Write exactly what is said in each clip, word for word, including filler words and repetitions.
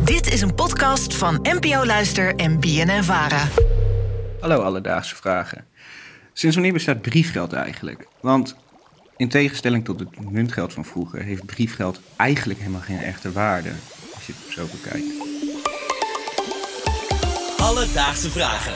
Dit is een podcast van N P O Luister en B N N Vara. Hallo Alledaagse Vragen. Sinds wanneer bestaat briefgeld eigenlijk? Want in tegenstelling tot het muntgeld van vroeger heeft briefgeld eigenlijk helemaal geen echte waarde, als je het zo bekijkt. Alledaagse Vragen.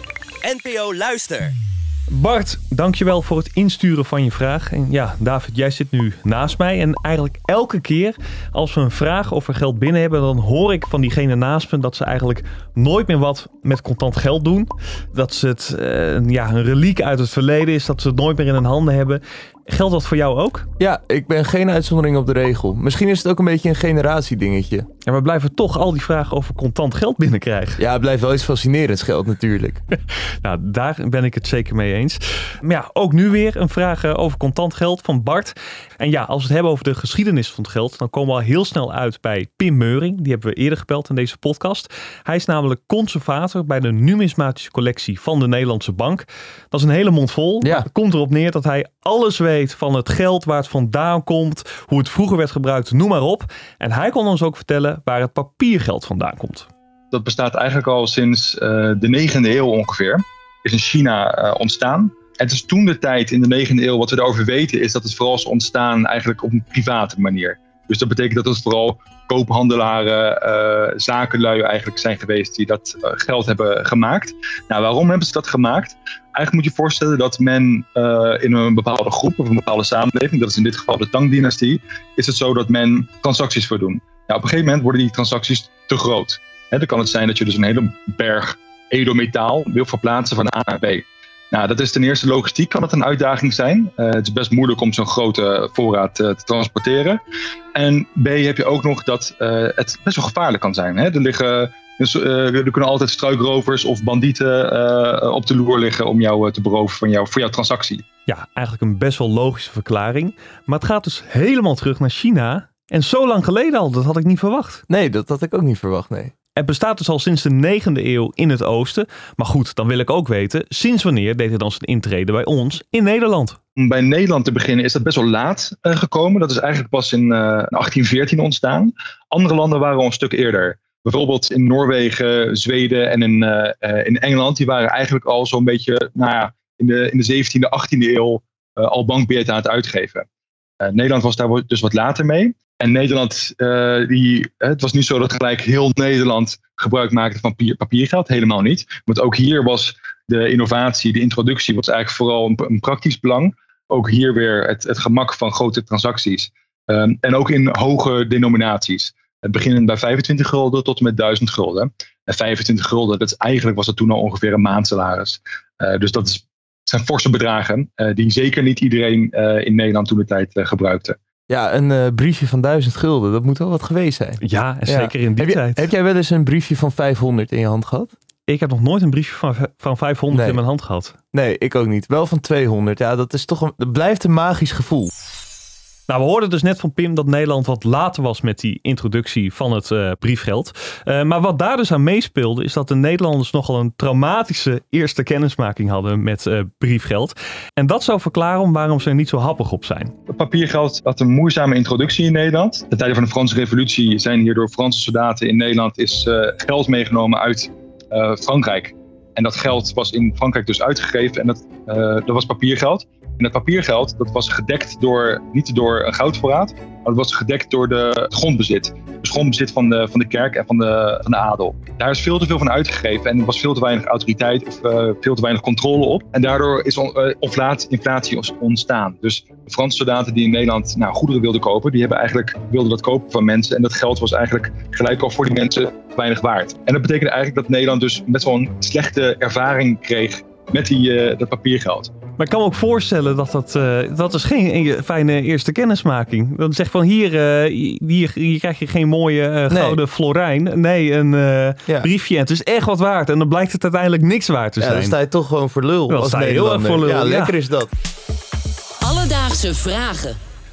N P O Luister. Bart, dankjewel voor het insturen van je vraag. En ja, David, jij zit nu naast mij. En eigenlijk elke keer als we een vraag over geld binnen hebben, dan hoor ik van diegene naast me dat ze eigenlijk nooit meer wat met contant geld doen. Dat ze het uh, ja, een reliek uit het verleden is, dat ze het nooit meer in hun handen hebben. Geldt dat voor jou ook? Ja, ik ben geen uitzondering op de regel. Misschien is het ook een beetje een generatiedingetje. Ja, we blijven toch al die vragen over contant geld binnenkrijgen. Ja, het blijft wel iets fascinerends geld natuurlijk. Nou, daar ben ik het zeker mee eens. Maar ja, ook nu weer een vraag over contant geld van Bart. En ja, als we het hebben over de geschiedenis van het geld, dan komen we al heel snel uit bij Pim Meuring. Die hebben we eerder gebeld in deze podcast. Hij is namelijk conservator bij de numismatische collectie van de Nederlandse Bank. Dat is een hele mond vol. Ja. Het komt erop neer dat hij alles weet van het geld, waar het vandaan komt, hoe het vroeger werd gebruikt, noem maar op. En hij kon ons ook vertellen waar het papiergeld vandaan komt. Dat bestaat eigenlijk al sinds uh, de negende eeuw ongeveer. Is in China uh, ontstaan. En het is toen de tijd in de negende eeuw, wat we daarover weten, is dat het vooral is ontstaan eigenlijk op een private manier. Dus dat betekent dat het vooral koophandelaren, uh, zakenlui eigenlijk zijn geweest die dat uh, geld hebben gemaakt. Nou, waarom hebben ze dat gemaakt? Eigenlijk moet je je voorstellen dat men uh, in een bepaalde groep of een bepaalde samenleving, dat is in dit geval de Tang-dynastie, is het zo dat men transacties voor doen. Nou, op een gegeven moment worden die transacties te groot. He, dan kan het zijn dat je dus een hele berg edelmetaal wil verplaatsen van A naar B. Nou, dat is ten eerste logistiek kan het een uitdaging zijn. Uh, het is best moeilijk om zo'n grote voorraad uh, te transporteren. En B heb je ook nog dat uh, het best wel gevaarlijk kan zijn. Hè? Er, liggen, dus, uh, er kunnen altijd struikrovers of bandieten uh, op de loer liggen om jou uh, te beroven van jou, voor jouw transactie. Ja, eigenlijk een best wel logische verklaring. Maar het gaat dus helemaal terug naar China. En zo lang geleden al, dat had ik niet verwacht. Nee, dat had ik ook niet verwacht, nee. Het bestaat dus al sinds de negende eeuw in het oosten. Maar goed, dan wil ik ook weten, sinds wanneer deed hij dan zijn intrede bij ons in Nederland? Om bij Nederland te beginnen is dat best wel laat uh, gekomen. Dat is eigenlijk pas in uh, achttien veertien ontstaan. Andere landen waren al een stuk eerder. Bijvoorbeeld in Noorwegen, Zweden en in, uh, uh, in Engeland. Die waren eigenlijk al zo'n beetje nou ja, in, de, in de zeventiende, achttiende eeuw uh, al bankbiljetten aan het uitgeven. Uh, Nederland was daar dus wat later mee. En Nederland, uh, die, het was niet zo dat gelijk heel Nederland gebruik maakte van papier, papiergeld. Helemaal niet. Want ook hier was de innovatie, de introductie, was eigenlijk vooral een, een praktisch belang. Ook hier weer het, het gemak van grote transacties. Um, en ook in hoge denominaties. Het beginnen bij vijfentwintig gulden tot en met duizend gulden. En vijfentwintig gulden, dat is, eigenlijk was dat toen al ongeveer een maandsalaris. Uh, dus dat is, zijn forse bedragen uh, die zeker niet iedereen uh, in Nederland toen de tijd uh, gebruikte. Ja, een uh, briefje van duizend gulden, dat moet wel wat geweest zijn. Ja, en zeker ja. in die heb tijd. Je, heb jij wel eens een briefje van vijfhonderd in je hand gehad? Ik heb nog nooit een briefje van, van vijfhonderd nee. in mijn hand gehad. Nee, ik ook niet. Wel van tweehonderd. Ja, dat is toch een, dat blijft een magisch gevoel. Nou, we hoorden dus net van Pim dat Nederland wat later was met die introductie van het uh, briefgeld. Uh, maar wat daar dus aan meespeelde is dat de Nederlanders nogal een traumatische eerste kennismaking hadden met uh, briefgeld. En dat zou verklaren waarom ze er niet zo happig op zijn. Papiergeld had een moeizame introductie in Nederland. Ten tijde van de Franse revolutie zijn hier door Franse soldaten in Nederland is uh, geld meegenomen uit uh, Frankrijk. En dat geld was in Frankrijk dus uitgegeven en dat, uh, dat was papiergeld. En dat papiergeld dat was gedekt door, niet door een goudvoorraad, maar dat was gedekt door de, het grondbezit. Het grondbezit van de, van de kerk en van de, van de adel. Daar is veel te veel van uitgegeven en er was veel te weinig autoriteit of uh, veel te weinig controle op. En daardoor is on, uh, inflatie, inflatie ontstaan. Dus de Franse soldaten die in Nederland nou, goederen wilden kopen, die hebben eigenlijk, wilden dat kopen van mensen. En dat geld was eigenlijk gelijk al voor die mensen weinig waard. En dat betekende eigenlijk dat Nederland dus best wel een slechte ervaring kreeg met die, uh, dat papiergeld. Maar ik kan me ook voorstellen dat dat, uh, dat is geen fijne eerste kennismaking. Dan zeg van hier, uh, hier, hier krijg je geen mooie uh, gouden nee. florijn. Nee, een uh, ja. briefje. Het is echt wat waard. En dan blijkt het uiteindelijk niks waard te zijn. Ja, dan sta je toch gewoon voor lul. Dan als sta je heel erg voor lul. Ja, lekker ja. is dat. Alledaagse Vragen.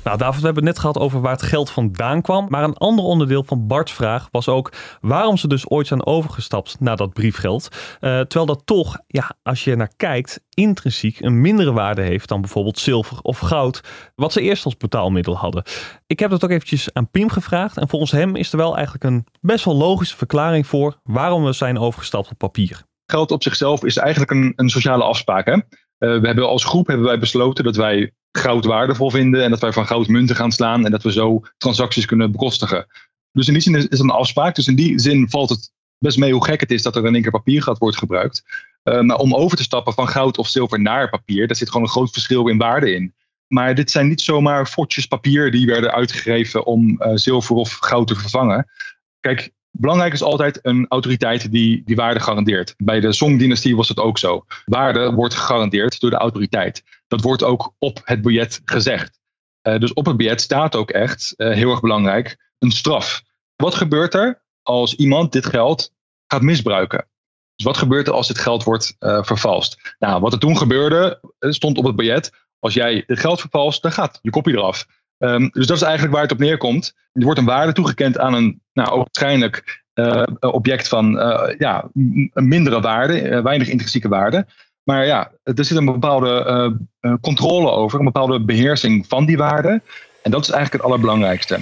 Nou, David, we hebben het net gehad over waar het geld vandaan kwam. Maar een ander onderdeel van Bart's vraag was ook waarom ze dus ooit zijn overgestapt naar dat briefgeld. Uh, terwijl dat toch, ja, als je er naar kijkt, intrinsiek een mindere waarde heeft dan bijvoorbeeld zilver of goud, wat ze eerst als betaalmiddel hadden. Ik heb dat ook eventjes aan Pim gevraagd en volgens hem is er wel eigenlijk een best wel logische verklaring voor waarom we zijn overgestapt op papier. Geld op zichzelf is eigenlijk een, een sociale afspraak. Hè? Uh, we hebben als groep hebben wij besloten dat wij goud waardevol vinden en dat wij van goud munten gaan slaan en dat we zo transacties kunnen bekostigen. Dus in die zin is het een afspraak. Dus in die zin valt het best mee hoe gek het is dat er in één keer papiergeld wordt gebruikt. Uh, maar om over te stappen van goud of zilver naar papier, daar zit gewoon een groot verschil in waarde in. Maar dit zijn niet zomaar fotjes papier die werden uitgegeven om uh, zilver of goud te vervangen. Kijk, belangrijk is altijd een autoriteit die die waarde garandeert. Bij de Song-dynastie was het ook zo. Waarde wordt gegarandeerd door de autoriteit. Dat wordt ook op het biljet gezegd. Uh, dus op het biljet staat ook echt, uh, heel erg belangrijk, een straf. Wat gebeurt er als iemand dit geld gaat misbruiken? Dus wat gebeurt er als dit geld wordt uh, vervalst? Nou, wat er toen gebeurde, stond op het biljet. Als jij het geld vervalst, dan gaat je kopie eraf. Um, dus dat is eigenlijk waar het op neerkomt. Er wordt een waarde toegekend aan een, nou, ook waarschijnlijk uh, object van uh, ja, een mindere waarde, uh, weinig intrinsieke waarde. Maar ja, er zit een bepaalde uh, uh, controle over, een bepaalde beheersing van die waarde. En dat is eigenlijk het allerbelangrijkste.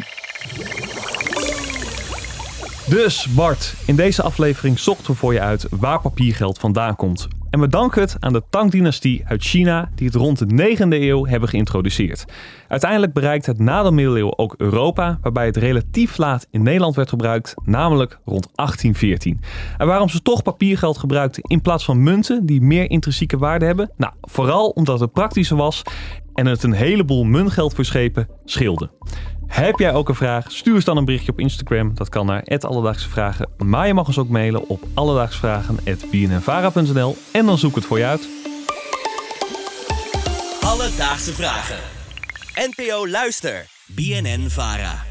Dus Bart, in deze aflevering zochten we voor je uit waar papiergeld vandaan komt. En we danken het aan de Tang-dynastie uit China die het rond de negende eeuw hebben geïntroduceerd. Uiteindelijk bereikte het na de middeleeuwen ook Europa, waarbij het relatief laat in Nederland werd gebruikt, namelijk rond achttien veertien. En waarom ze toch papiergeld gebruikten in plaats van munten die meer intrinsieke waarde hebben? Nou, vooral omdat het praktischer was en het een heleboel muntgeld voor schepen scheelde. Heb jij ook een vraag? Stuur eens dan een berichtje op Instagram. Dat kan naar at Alledaagse Vragen. Maar je mag ons ook mailen op alledaagsvragen at b n n vara punt n l en dan zoek ik het voor je uit. Alledaagse Vragen. N P O Luister. B N N Vara.